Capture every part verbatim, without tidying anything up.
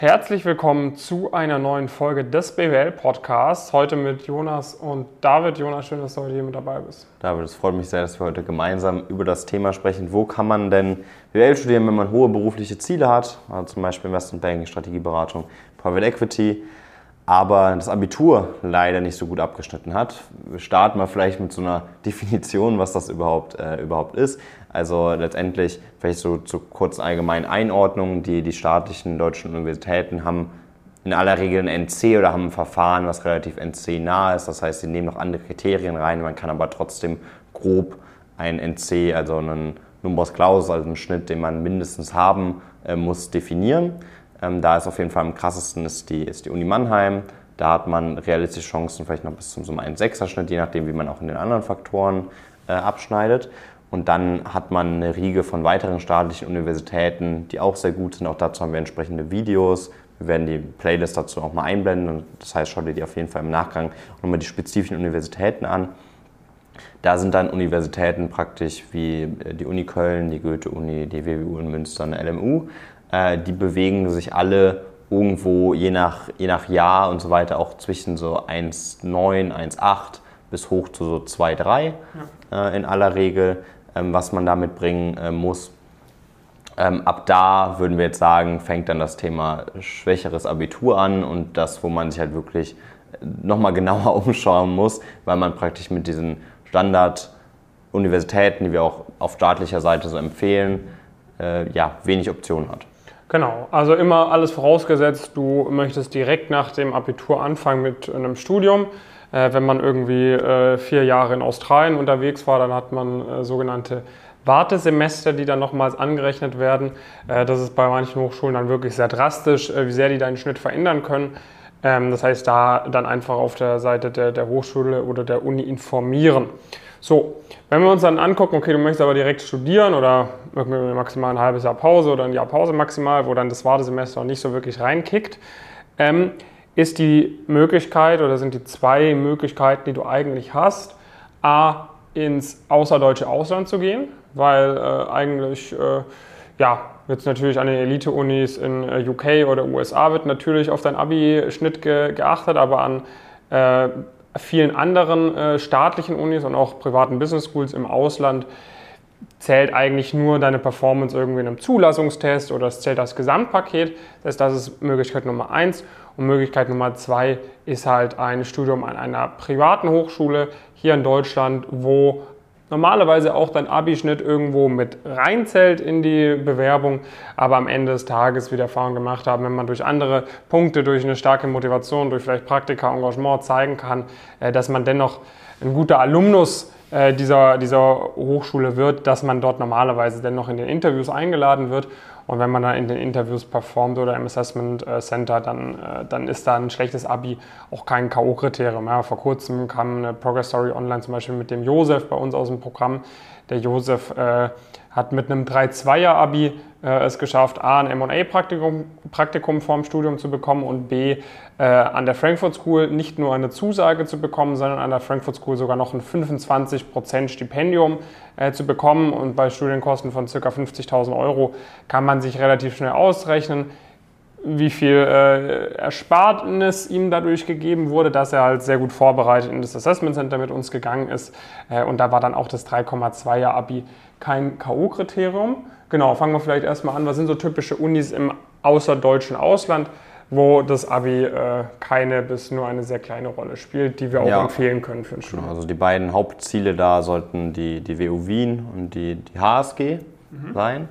Herzlich willkommen zu einer neuen Folge des B W L-Podcasts. Heute mit Jonas und David. Jonas, schön, dass du heute hier mit dabei bist. David, es freut mich sehr, dass wir heute gemeinsam über das Thema sprechen. Wo kann man denn B W L studieren, wenn man hohe berufliche Ziele hat? Also zum Beispiel Investment Banking, Strategieberatung, Private Equity, aber das Abitur leider nicht so gut abgeschnitten hat. Wir starten mal vielleicht mit so einer Definition, was das überhaupt, äh, überhaupt ist. Also letztendlich vielleicht so zur kurzen allgemeinen Einordnung. Die, die staatlichen deutschen Universitäten haben in aller Regel ein N C oder haben ein Verfahren, was relativ N C-nah ist. Das heißt, sie nehmen noch andere Kriterien rein. Man kann aber trotzdem grob ein N C, also einen Numerus Clausus, also einen Schnitt, den man mindestens haben äh, muss, definieren. Ähm, da ist auf jeden Fall am krassesten ist die, ist die Uni Mannheim. Da hat man realistische Chancen, vielleicht noch bis zum so einen Sechser-Schnitt, je nachdem, wie man auch in den anderen Faktoren äh, abschneidet. Und dann hat man eine Riege von weiteren staatlichen Universitäten, die auch sehr gut sind. Auch dazu haben wir entsprechende Videos. Wir werden die Playlist dazu auch mal einblenden. Das heißt, schaut ihr die auf jeden Fall im Nachgang nochmal die spezifischen Universitäten an. Da sind dann Universitäten praktisch wie die Uni Köln, die Goethe-Uni, die W W U in Münster, eine L M U. Die bewegen sich alle irgendwo je nach, je nach Jahr und so weiter auch zwischen so eins Komma neun, eins Komma acht bis hoch zu so zwei Komma drei ja. äh, in aller Regel, ähm, was man da mitbringen äh, muss. Ähm, ab da würden wir jetzt sagen, fängt dann das Thema schwächeres Abitur an und das, wo man sich halt wirklich nochmal genauer umschauen muss, weil man praktisch mit diesen Standard-Universitäten, die wir auch auf staatlicher Seite so empfehlen, äh, ja, wenig Optionen hat. Genau, also immer alles vorausgesetzt, du möchtest direkt nach dem Abitur anfangen mit einem Studium. Äh, wenn man irgendwie äh, vier Jahre in Australien unterwegs war, dann hat man äh, sogenannte Wartesemester, die dann nochmals angerechnet werden. Äh, das ist bei manchen Hochschulen dann wirklich sehr drastisch, äh, wie sehr die deinen Schnitt verändern können. Ähm, das heißt, da dann einfach auf der Seite der, der Hochschule oder der Uni informieren. So, wenn wir uns dann angucken, okay, du möchtest aber direkt studieren oder maximal ein halbes Jahr Pause oder ein Jahr Pause maximal, wo dann das Wartesemester auch nicht so wirklich reinkickt, ähm, ist die Möglichkeit oder sind die zwei Möglichkeiten, die du eigentlich hast, A, ins außerdeutsche Ausland zu gehen, weil äh, eigentlich, äh, ja, jetzt natürlich an den Elite-Unis in äh, U K oder U S A wird natürlich auf deinen Abi-Schnitt ge- geachtet, aber an äh, vielen anderen äh, staatlichen Unis und auch privaten Business Schools im Ausland zählt eigentlich nur deine Performance irgendwie in einem Zulassungstest oder es zählt das Gesamtpaket. Das heißt, das ist Möglichkeit Nummer eins. Und Möglichkeit Nummer zwei ist halt ein Studium an einer privaten Hochschule hier in Deutschland, wo normalerweise auch dein Abi-Schnitt irgendwo mit reinzählt in die Bewerbung, aber am Ende des Tages, wie wir Erfahrung gemacht haben, wenn man durch andere Punkte, durch eine starke Motivation, durch vielleicht Praktika, Engagement zeigen kann, dass man dennoch ein guter Alumnus dieser, dieser Hochschule wird, dass man dort normalerweise dennoch in den Interviews eingeladen wird. Und wenn man dann in den Interviews performt oder im Assessment Center, dann, dann ist da ein schlechtes Abi auch kein K O-Kriterium. Ja, vor kurzem kam eine Progress Story online zum Beispiel mit dem Josef bei uns aus dem Programm. Der Josef äh, hat mit einem drei Komma zweier Abi äh, es geschafft, A, ein M und A-Praktikum Praktikum vorm Studium zu bekommen und B, äh, an der Frankfurt School nicht nur eine Zusage zu bekommen, sondern an der Frankfurt School sogar noch ein fünfundzwanzig Prozent Stipendium äh, zu bekommen. Und bei Studienkosten von ca. fünfzigtausend Euro kann man sich relativ schnell ausrechnen, wie viel äh, Ersparnis ihm dadurch gegeben wurde, dass er halt sehr gut vorbereitet in das Assessment Center mit uns gegangen ist. Äh, und da war dann auch das drei Komma zweier Abi kein K O-Kriterium. Genau, fangen wir vielleicht erstmal an. Was sind so typische Unis im außerdeutschen Ausland, wo das Abi äh, keine bis nur eine sehr kleine Rolle spielt, die wir auch ja. empfehlen können für ein Studium? Also die beiden Hauptziele da sollten die, die W U Wien und die, die H S G mhm. sein.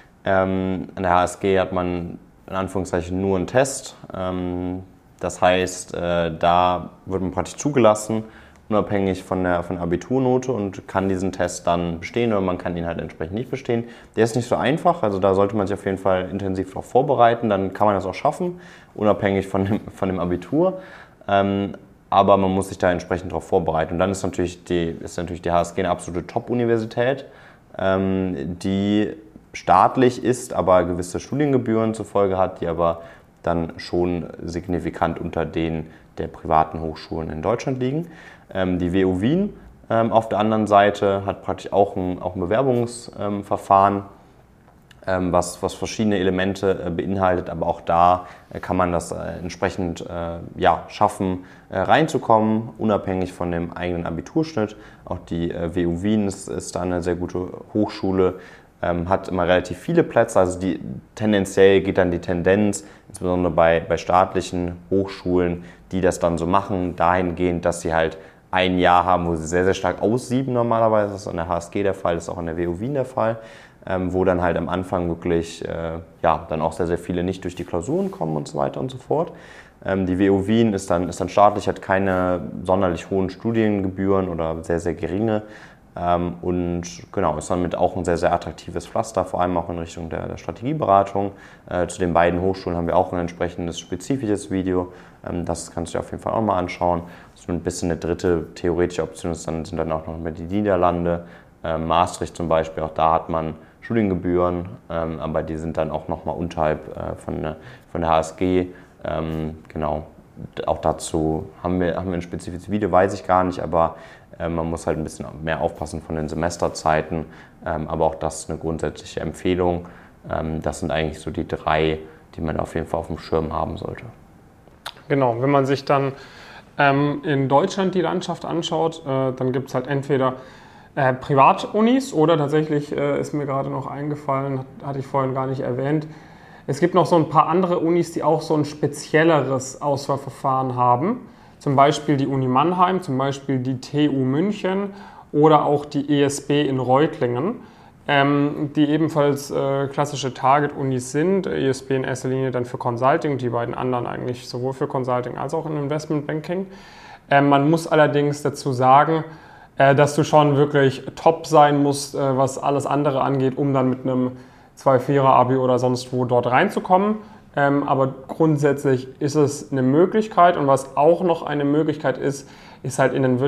Ähm, an der H S G hat man in Anführungszeichen nur einen Test. Ähm, das heißt, äh, da wird man praktisch zugelassen, unabhängig von der, von der Abiturnote und kann diesen Test dann bestehen oder man kann ihn halt entsprechend nicht bestehen. Der ist nicht so einfach, also da sollte man sich auf jeden Fall intensiv darauf vorbereiten, dann kann man das auch schaffen, unabhängig von dem, von dem Abitur. Ähm, aber man muss sich da entsprechend darauf vorbereiten. Und dann ist natürlich die, ist natürlich die H S G eine absolute Top-Universität, ähm, die staatlich ist, aber gewisse Studiengebühren zur Folge hat, die aber dann schon signifikant unter denen der privaten Hochschulen in Deutschland liegen. Ähm, die W U Wien ähm, auf der anderen Seite hat praktisch auch ein, auch ein Bewerbungsverfahren, ähm, was, was verschiedene Elemente äh, beinhaltet, aber auch da äh, kann man das äh, entsprechend äh, ja, schaffen, äh, reinzukommen, unabhängig von dem eigenen Abiturschnitt. Auch die äh, W U Wien ist, ist da eine sehr gute Hochschule, ähm, hat immer relativ viele Plätze, also die, tendenziell geht dann die Tendenz, insbesondere bei, bei staatlichen Hochschulen, die das dann so machen, dahingehend, dass sie halt ein Jahr haben, wo sie sehr, sehr stark aussieben normalerweise. Das ist an der H S G der Fall, das ist auch an der W U Wien der Fall, ähm, wo dann halt am Anfang wirklich, äh, ja, dann auch sehr, sehr viele nicht durch die Klausuren kommen und so weiter und so fort. Ähm, die W U Wien ist dann, ist dann staatlich, hat keine sonderlich hohen Studiengebühren oder sehr, sehr geringe. Ähm, und genau, ist damit auch ein sehr, sehr attraktives Pflaster, vor allem auch in Richtung der, der Strategieberatung. Äh, zu den beiden Hochschulen haben wir auch ein entsprechendes spezifisches Video. Ähm, das kannst du dir auf jeden Fall auch mal anschauen. So ein bisschen eine dritte theoretische Option ist, dann sind dann auch noch mit die Niederlande, äh, Maastricht zum Beispiel, auch da hat man Studiengebühren, ähm, aber die sind dann auch nochmal unterhalb äh, von, der, von der H S G. Ähm, genau, auch dazu haben wir, haben wir ein spezifisches Video, weiß ich gar nicht, aber äh, man muss halt ein bisschen mehr aufpassen von den Semesterzeiten, ähm, aber auch das ist eine grundsätzliche Empfehlung. Ähm, das sind eigentlich so die drei, die man auf jeden Fall auf dem Schirm haben sollte. Genau, wenn man sich dann ähm, in Deutschland die Landschaft anschaut, äh, dann gibt es halt entweder äh, Privatunis oder tatsächlich äh, ist mir gerade noch eingefallen, hatte ich vorhin gar nicht erwähnt, es gibt noch so ein paar andere Unis, die auch so ein spezielleres Auswahlverfahren haben. Zum Beispiel die Uni Mannheim, zum Beispiel die T U München oder auch die E S B in Reutlingen, ähm, die ebenfalls äh, klassische Target-Unis sind. E S B in erster Linie dann für Consulting, die beiden anderen eigentlich sowohl für Consulting als auch in Investmentbanking. Ähm, man muss allerdings dazu sagen, äh, dass du schon wirklich top sein musst, äh, was alles andere angeht, um dann mit einem zwei Komma vierer Abi oder sonst wo dort reinzukommen. Ähm, aber grundsätzlich ist es eine Möglichkeit und was auch noch eine Möglichkeit ist, ist halt in ein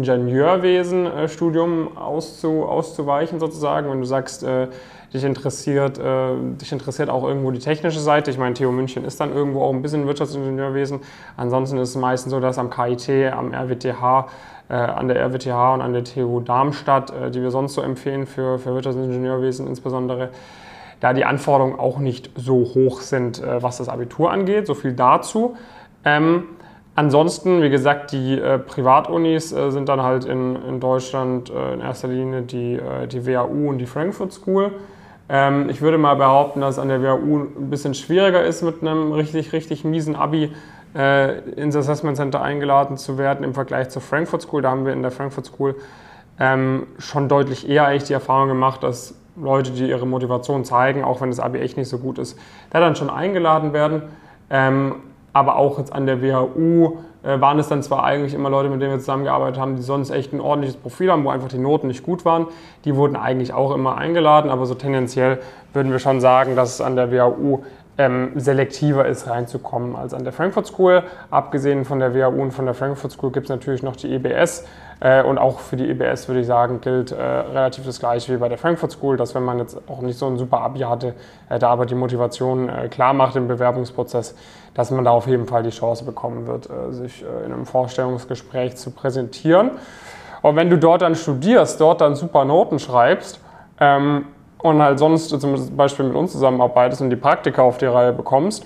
Wirtschaftsingenieurwesen-Studium äh, auszu, auszuweichen sozusagen. Wenn du sagst, äh, dich, interessiert, äh, dich interessiert auch irgendwo die technische Seite. Ich meine, T U München ist dann irgendwo auch ein bisschen Wirtschaftsingenieurwesen. Ansonsten ist es meistens so, dass am K I T, am R W T H, äh, an der R W T H und an der T U Darmstadt, äh, die wir sonst so empfehlen für, für Wirtschaftsingenieurwesen insbesondere, da die Anforderungen auch nicht so hoch sind, was das Abitur angeht. So viel dazu. Ähm, ansonsten, wie gesagt, die äh, Privatunis äh, sind dann halt in, in Deutschland äh, in erster Linie die, äh, die W H U und die Frankfurt School. Ähm, ich würde mal behaupten, dass es an der W H U ein bisschen schwieriger ist, mit einem richtig, richtig miesen Abi äh, ins Assessment Center eingeladen zu werden im Vergleich zur Frankfurt School. Da haben wir in der Frankfurt School ähm, schon deutlich eher eigentlich die Erfahrung gemacht, dass Leute, die ihre Motivation zeigen, auch wenn das Abi echt nicht so gut ist, da dann schon eingeladen werden. Ähm, aber auch jetzt an der W H U äh, waren es dann zwar eigentlich immer Leute, mit denen wir zusammengearbeitet haben, die sonst echt ein ordentliches Profil haben, wo einfach die Noten nicht gut waren. Die wurden eigentlich auch immer eingeladen, aber so tendenziell würden wir schon sagen, dass es an der W H U ähm, selektiver ist, reinzukommen als an der Frankfurt School. Abgesehen von der W H U und von der Frankfurt School gibt es natürlich noch die E B S. Äh, und auch für die E B S würde ich sagen, gilt äh, relativ das Gleiche wie bei der Frankfurt School, dass wenn man jetzt auch nicht so ein super Abi hatte, äh, da aber die Motivation äh, klar macht im Bewerbungsprozess, dass man da auf jeden Fall die Chance bekommen wird, äh, sich äh, in einem Vorstellungsgespräch zu präsentieren. Und wenn du dort dann studierst, dort dann super Noten schreibst ähm, und halt sonst zum Beispiel mit uns zusammenarbeitest und die Praktika auf die Reihe bekommst,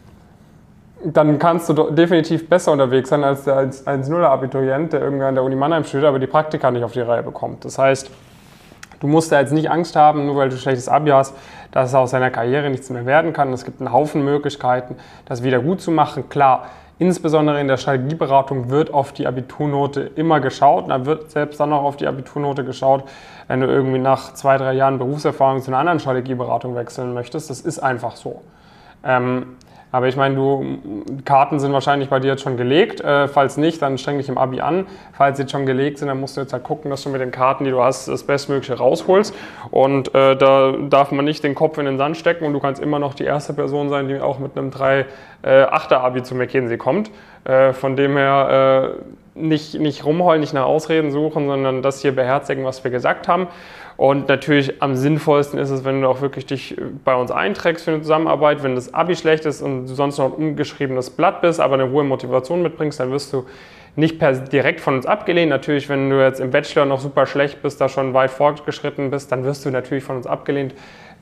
dann kannst du definitiv besser unterwegs sein als der eins null Abiturient, der irgendwie an der Uni Mannheim studiert, aber die Praktika nicht auf die Reihe bekommt. Das heißt, du musst da jetzt nicht Angst haben, nur weil du ein schlechtes Abi hast, dass es aus deiner Karriere nichts mehr werden kann. Es gibt einen Haufen Möglichkeiten, das wieder gut zu machen. Klar, insbesondere in der Strategieberatung wird auf die Abiturnote immer geschaut. Da wird selbst dann auch auf die Abiturnote geschaut, wenn du irgendwie nach zwei, drei Jahren Berufserfahrung zu einer anderen Strategieberatung wechseln möchtest. Das ist einfach so. Ähm, Aber ich meine, du, Karten sind wahrscheinlich bei dir jetzt schon gelegt. Äh, falls nicht, dann streng dich im Abi an. Falls sie jetzt schon gelegt sind, dann musst du jetzt halt gucken, dass du mit den Karten, die du hast, das Bestmögliche rausholst. Und äh, da darf man nicht den Kopf in den Sand stecken und du kannst immer noch die erste Person sein, die auch mit einem drei Komma achter Abi zu McKinsey kommt. Äh, von dem her äh, nicht, nicht rumheulen, nicht nach Ausreden suchen, sondern das hier beherzigen, was wir gesagt haben. Und natürlich am sinnvollsten ist es, wenn du auch wirklich dich bei uns einträgst für eine Zusammenarbeit. Wenn das Abi schlecht ist und du sonst noch ein ungeschriebenes Blatt bist, aber eine hohe Motivation mitbringst, dann wirst du nicht per direkt von uns abgelehnt. Natürlich, wenn du jetzt im Bachelor noch super schlecht bist, da schon weit fortgeschritten bist, dann wirst du natürlich von uns abgelehnt,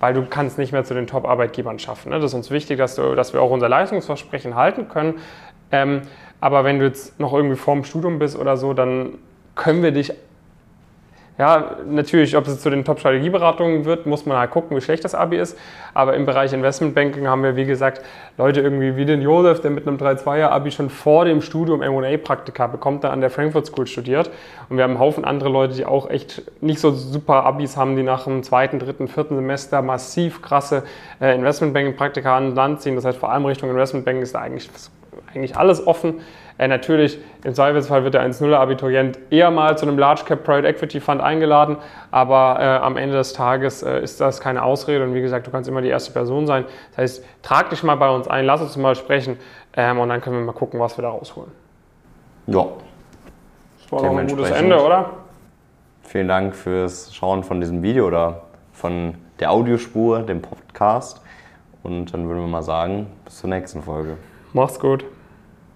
weil du kannst nicht mehr zu den Top-Arbeitgebern schaffen. Ne? Das ist uns wichtig, dass, du, dass wir auch unser Leistungsversprechen halten können. Ähm, aber wenn du jetzt noch irgendwie vorm Studium bist oder so, dann können wir dich, ja, natürlich, ob es zu den Top-Strategieberatungen wird, muss man halt gucken, wie schlecht das Abi ist. Aber im Bereich Investmentbanking haben wir, wie gesagt, Leute irgendwie wie den Josef, der mit einem drei Komma zwei er Abi schon vor dem Studium M und A-Praktika bekommt, der an der Frankfurt School studiert. Und wir haben einen Haufen andere Leute, die auch echt nicht so super Abis haben, die nach dem zweiten, dritten, vierten Semester massiv krasse äh, Investmentbanking-Praktika an Land ziehen. Das heißt, vor allem Richtung Investmentbanking ist da eigentlich, eigentlich alles offen. Äh, natürlich, im Zweifelsfall wird der eins Komma null er Abiturient eher mal zu einem Large Cap Private Equity Fund eingeladen, aber äh, am Ende des Tages äh, ist das keine Ausrede und wie gesagt, du kannst immer die erste Person sein. Das heißt, trag dich mal bei uns ein, lass uns mal sprechen ähm, und dann können wir mal gucken, was wir da rausholen. Ja. Das war doch ein gutes Ende, oder? Vielen Dank fürs Schauen von diesem Video oder von der Audiospur, dem Podcast und dann würden wir mal sagen, bis zur nächsten Folge. Mach's gut.